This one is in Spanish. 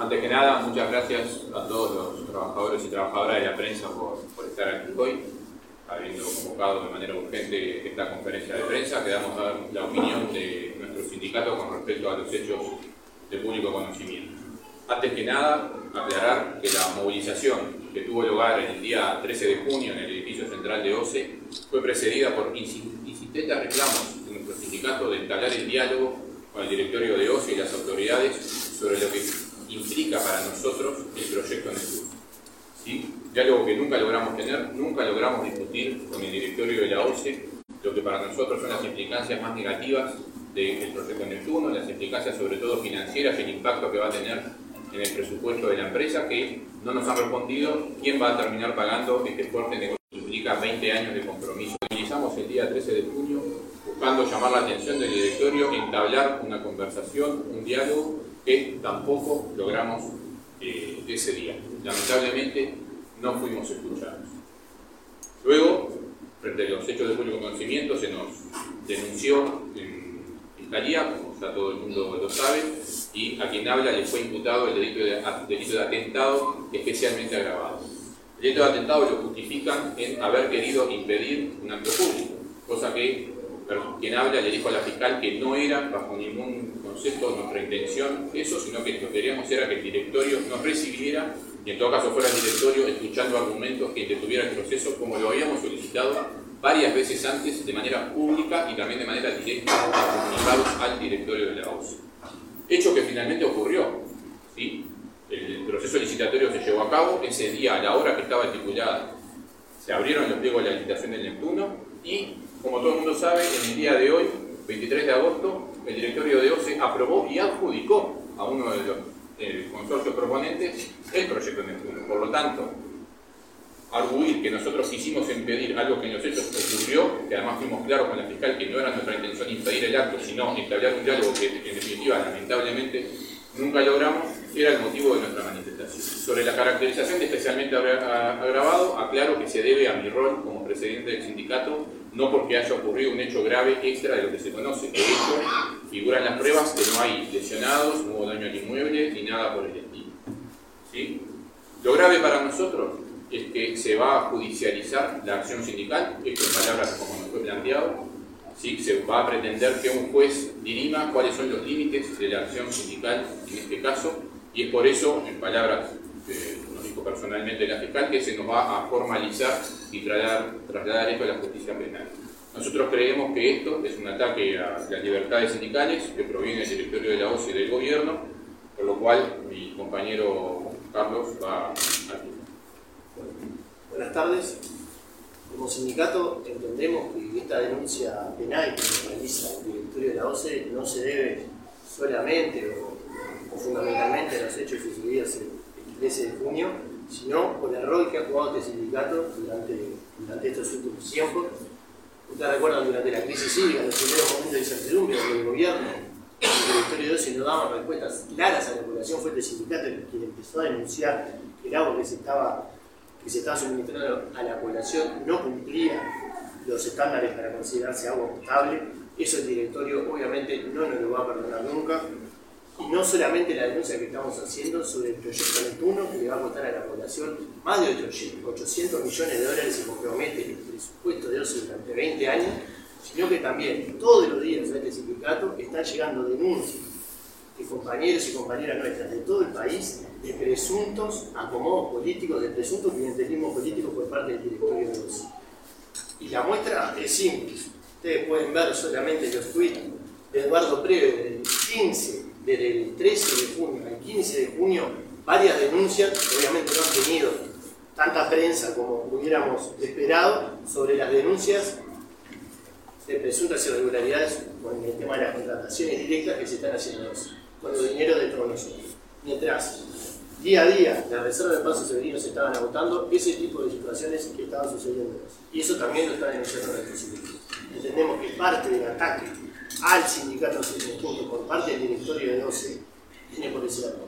Antes que nada, muchas gracias a todos los trabajadores y trabajadoras de la prensa por estar aquí hoy, habiendo convocado de manera urgente esta conferencia de prensa, que damos a dar la opinión de nuestro sindicato con respecto a los hechos de público conocimiento. Antes que nada, aclarar que la movilización que tuvo lugar el día 13 de junio en el edificio central de OCE fue precedida por insistentes reclamos de nuestro sindicato de entablar el diálogo con el directorio de OCE y las autoridades sobre lo que implica para nosotros el proyecto Neptuno. ¿Sí? Diálogo que nunca logramos tener, nunca logramos discutir con el directorio de la OCE lo que para nosotros son las implicancias más negativas del proyecto Neptuno, las implicancias sobre todo financieras y el impacto que va a tener en el presupuesto de la empresa, que no nos han respondido quién va a terminar pagando este fuerte negocio que implica 20 años de compromiso. Utilizamos el día 13 de junio buscando llamar la atención del directorio, entablar una conversación, un diálogo que tampoco logramos ese día. Lamentablemente no fuimos escuchados. Luego, frente a los hechos de público conocimiento, se nos denunció en Fiscalía, como ya todo el mundo lo sabe, y a quien habla le fue imputado el delito de atentado especialmente agravado. El delito de atentado lo justifican en haber querido impedir un acto público, cosa que quien habla le dijo a la fiscal que no era bajo ningún concepto nuestra intención eso, sino que lo que queríamos era que el directorio nos recibiera y en todo caso fuera el directorio escuchando argumentos que detuviera el proceso, como lo habíamos solicitado varias veces antes de manera pública y también de manera directa comunicados al directorio de la OCE. Hecho que finalmente ocurrió. ¿Sí? El proceso licitatorio se llevó a cabo ese día, a la hora que estaba estipulada. Se abrieron los pliegos de la licitación del Neptuno y, como todo el mundo sabe, en el día de hoy, 23 de agosto, el directorio de OCE aprobó y adjudicó a uno de los consorcios proponentes el proyecto Neptuno. Por lo tanto, arguir que nosotros quisimos impedir algo que en los hechos ocurrió, que además fuimos claros con la fiscal que no era nuestra intención impedir el acto, sino entablar un diálogo que en definitiva lamentablemente nunca logramos, era el motivo de nuestra manifestación. Sobre la caracterización de especialmente agravado, aclaro que se debe a mi rol como presidente del sindicato, no porque haya ocurrido un hecho grave extra de lo que se conoce. De hecho, figuran las pruebas que no hay lesionados, no hubo daño al inmueble, ni nada por el estilo. ¿Sí? Lo grave para nosotros es que se va a judicializar la acción sindical, esto en palabras como nos fue planteado. ¿Sí? Se va a pretender que un juez dirima cuáles son los límites de la acción sindical en este caso, y es por eso, en palabras que nos dijo personalmente la fiscal, que se nos va a formalizar y trasladar esto a la justicia penal. Nosotros creemos que esto es un ataque a las libertades sindicales que proviene del directorio de la OCE y del gobierno, por lo cual mi compañero Carlos va a... Buenas tardes. Como sindicato entendemos que esta denuncia penal que realiza el directorio de la OCE no se debe solamente o fundamentalmente a los hechos sucedidos el 13 de junio, sino por el rol que ha jugado este sindicato durante estos últimos tiempos. Ustedes recuerdan durante la crisis cívica, en los primeros momentos de incertidumbre, donde el gobierno y el directorio de OCE no daban respuestas claras a la población, fue este sindicato quien empezó a denunciar que el agua que se estaba suministrando a la población no cumplía los estándares para considerarse agua potable. Eso el directorio obviamente no nos lo va a perdonar nunca. Y no solamente la denuncia que estamos haciendo sobre el proyecto Neptuno, que le va a costar a la población más de 800 millones de dólares y compromete el presupuesto de OCE durante 20 años, sino que también todos los días a este sindicato están llegando denuncias de compañeros y compañeras nuestras de todo el país de presuntos acomodos políticos, de presunto clientelismo político por parte del directorio de OCE. Y la muestra es simple. Ustedes pueden ver solamente los tweets de Eduardo Preve desde el 13 de junio al 15 de junio, varias denuncias, obviamente no han tenido tanta prensa como hubiéramos esperado, sobre las denuncias de presuntas irregularidades con el tema de las contrataciones directas que se están haciendo con los dineros de todos nosotros. Mientras día a día las reservas de Paso Severino se estaban agotando, ese tipo de situaciones que estaban sucediendo. Y eso también lo están denunciando nuestros sindicatos. Entendemos que parte del ataque al sindicato por parte del directorio de OCE viene por ese lado.